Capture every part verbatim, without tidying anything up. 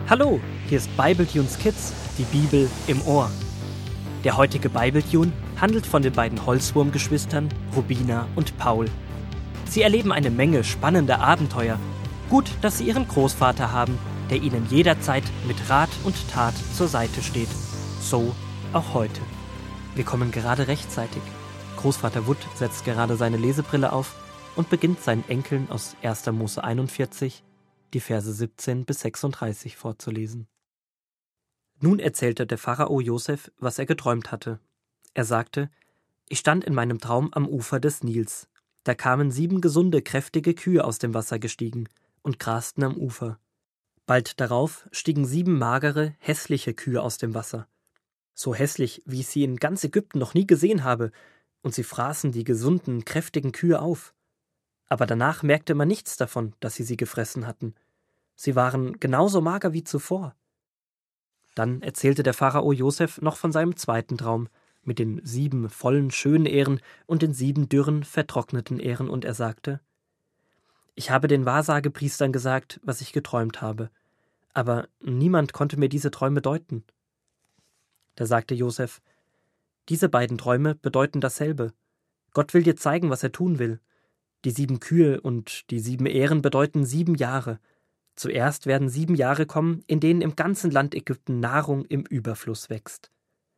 Hallo, hier ist Bibletunes Kids, die Bibel im Ohr. Der heutige Bibletune handelt von den beiden Holzwurmgeschwistern Rubina und Paul. Sie erleben eine Menge spannender Abenteuer. Gut, dass sie ihren Großvater haben, der ihnen jederzeit mit Rat und Tat zur Seite steht. So auch heute. Wir kommen gerade rechtzeitig. Großvater Wood setzt gerade seine Lesebrille auf und beginnt seinen Enkeln aus erster Mose einundvierzig die Verse siebzehn bis sechsunddreißig vorzulesen. Nun erzählte der Pharao Josef, was er geträumt hatte. Er sagte: Ich stand in meinem Traum am Ufer des Nils. Da kamen sieben gesunde, kräftige Kühe aus dem Wasser gestiegen und grasten am Ufer. Bald darauf stiegen sieben magere, hässliche Kühe aus dem Wasser. So hässlich, wie ich sie in ganz Ägypten noch nie gesehen habe, und sie fraßen die gesunden, kräftigen Kühe auf. Aber danach merkte man nichts davon, dass sie sie gefressen hatten. Sie waren genauso mager wie zuvor. Dann erzählte der Pharao Josef noch von seinem zweiten Traum, mit den sieben vollen, schönen Ähren und den sieben dürren, vertrockneten Ähren, und er sagte: Ich habe den Wahrsagepriestern gesagt, was ich geträumt habe, aber niemand konnte mir diese Träume deuten. Da sagte Josef: Diese beiden Träume bedeuten dasselbe. Gott will dir zeigen, was er tun will. Die sieben Kühe und die sieben Ähren bedeuten sieben Jahre. Zuerst werden sieben Jahre kommen, in denen im ganzen Land Ägypten Nahrung im Überfluss wächst.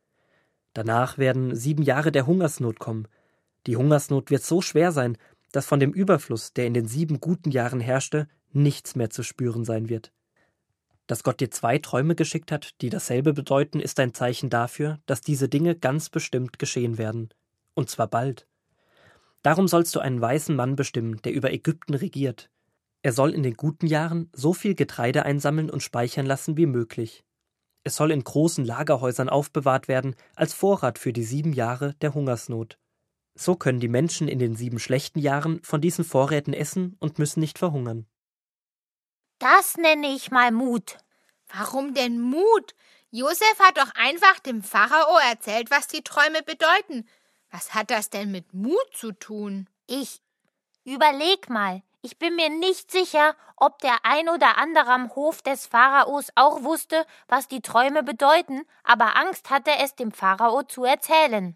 Danach werden sieben Jahre der Hungersnot kommen. Die Hungersnot wird so schwer sein, dass von dem Überfluss, der in den sieben guten Jahren herrschte, nichts mehr zu spüren sein wird. Dass Gott dir zwei Träume geschickt hat, die dasselbe bedeuten, ist ein Zeichen dafür, dass diese Dinge ganz bestimmt geschehen werden. Und zwar bald. Darum sollst du einen weisen Mann bestimmen, der über Ägypten regiert. Er soll in den guten Jahren so viel Getreide einsammeln und speichern lassen wie möglich. Es soll in großen Lagerhäusern aufbewahrt werden, als Vorrat für die sieben Jahre der Hungersnot. So können die Menschen in den sieben schlechten Jahren von diesen Vorräten essen und müssen nicht verhungern. Das nenne ich mal Mut. Warum denn Mut? Josef hat doch einfach dem Pharao erzählt, was die Träume bedeuten. Was hat das denn mit Mut zu tun? Ich überleg mal. Ich bin mir nicht sicher, ob der ein oder andere am Hof des Pharaos auch wusste, was die Träume bedeuten, aber Angst hatte es dem Pharao zu erzählen.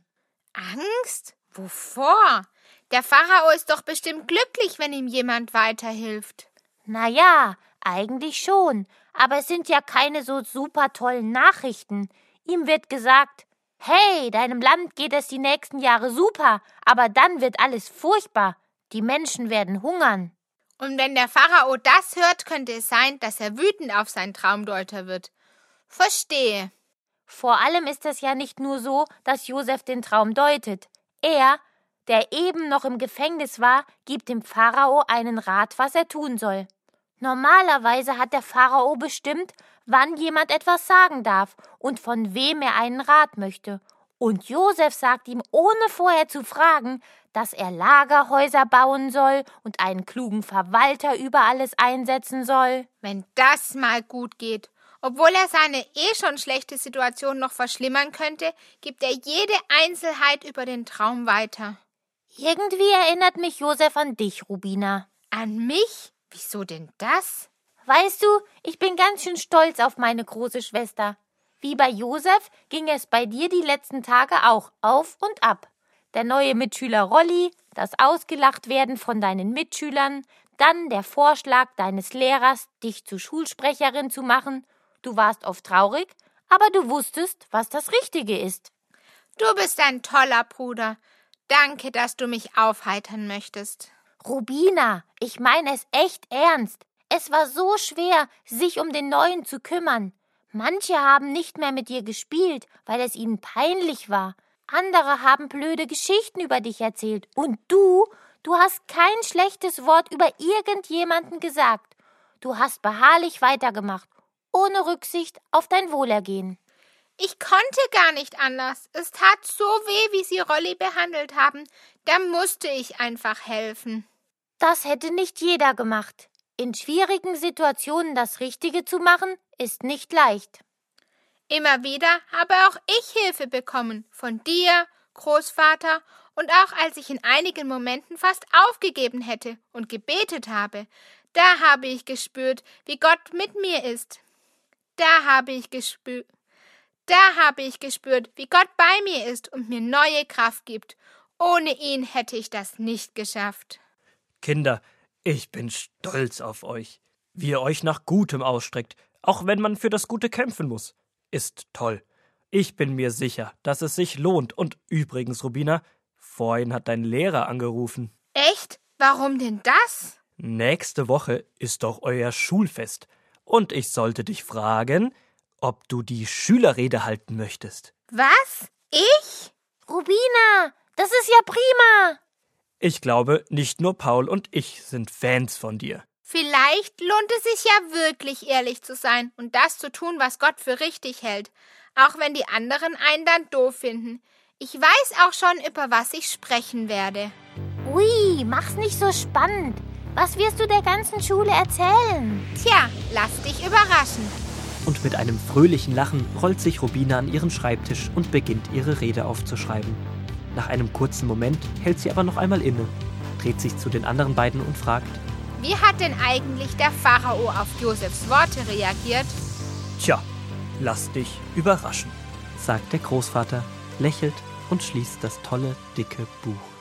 Angst? Wovor? Der Pharao ist doch bestimmt glücklich, wenn ihm jemand weiterhilft. Na ja, eigentlich schon, aber es sind ja keine so super tollen Nachrichten. Ihm wird gesagt: Hey, deinem Land geht es die nächsten Jahre super, aber dann wird alles furchtbar. Die Menschen werden hungern. Und wenn der Pharao das hört, könnte es sein, dass er wütend auf seinen Traumdeuter wird. Verstehe. Vor allem ist es ja nicht nur so, dass Josef den Traum deutet. Er, der eben noch im Gefängnis war, gibt dem Pharao einen Rat, was er tun soll. Normalerweise hat der Pharao bestimmt, wann jemand etwas sagen darf und von wem er einen Rat möchte. Und Josef sagt ihm, ohne vorher zu fragen, dass er Lagerhäuser bauen soll und einen klugen Verwalter über alles einsetzen soll. Wenn das mal gut geht. Obwohl er seine eh schon schlechte Situation noch verschlimmern könnte, gibt er jede Einzelheit über den Traum weiter. Irgendwie erinnert mich Josef an dich, Rubina. An mich? Wieso denn das? Weißt du, ich bin ganz schön stolz auf meine große Schwester. Wie bei Josef ging es bei dir die letzten Tage auch auf und ab. Der neue Mitschüler Rolli, das Ausgelachtwerden von deinen Mitschülern, dann der Vorschlag deines Lehrers, dich zur Schulsprecherin zu machen. Du warst oft traurig, aber du wusstest, was das Richtige ist. Du bist ein toller Bruder. Danke, dass du mich aufheitern möchtest. Rubina, ich meine es echt ernst. Es war so schwer, sich um den Neuen zu kümmern. Manche haben nicht mehr mit dir gespielt, weil es ihnen peinlich war. Andere haben blöde Geschichten über dich erzählt. Und du, du hast kein schlechtes Wort über irgendjemanden gesagt. Du hast beharrlich weitergemacht, ohne Rücksicht auf dein Wohlergehen. Ich konnte gar nicht anders. Es tat so weh, wie sie Rolli behandelt haben. Da musste ich einfach helfen. Das hätte nicht jeder gemacht. In schwierigen Situationen das Richtige zu machen, ist nicht leicht. Immer wieder habe auch ich Hilfe bekommen, von dir, Großvater, und auch als ich in einigen Momenten fast aufgegeben hätte und gebetet habe, da habe ich gespürt, wie Gott mit mir ist. Da habe ich gespürt, da habe ich gespürt, wie Gott bei mir ist und mir neue Kraft gibt. Ohne ihn hätte ich das nicht geschafft. Kinder, ich bin stolz auf euch. Wie ihr euch nach Gutem ausstreckt, auch wenn man für das Gute kämpfen muss. Ist toll. Ich bin mir sicher, dass es sich lohnt. Und übrigens, Rubina, vorhin hat dein Lehrer angerufen. Echt? Warum denn das? Nächste Woche ist doch euer Schulfest. Und ich sollte dich fragen, ob du die Schülerrede halten möchtest. Was? Ich? Rubina, das ist ja prima. Ich glaube, nicht nur Paul und ich sind Fans von dir. Vielleicht lohnt es sich ja wirklich, ehrlich zu sein und das zu tun, was Gott für richtig hält. Auch wenn die anderen einen dann doof finden. Ich weiß auch schon, über was ich sprechen werde. Ui, mach's nicht so spannend. Was wirst du der ganzen Schule erzählen? Tja, lass dich überraschen. Und mit einem fröhlichen Lachen rollt sich Rubina an ihren Schreibtisch und beginnt ihre Rede aufzuschreiben. Nach einem kurzen Moment hält sie aber noch einmal inne, dreht sich zu den anderen beiden und fragt: Wie hat denn eigentlich der Pharao auf Josefs Worte reagiert? Tja, lass dich überraschen, sagt der Großvater, lächelt und schließt das tolle, dicke Buch.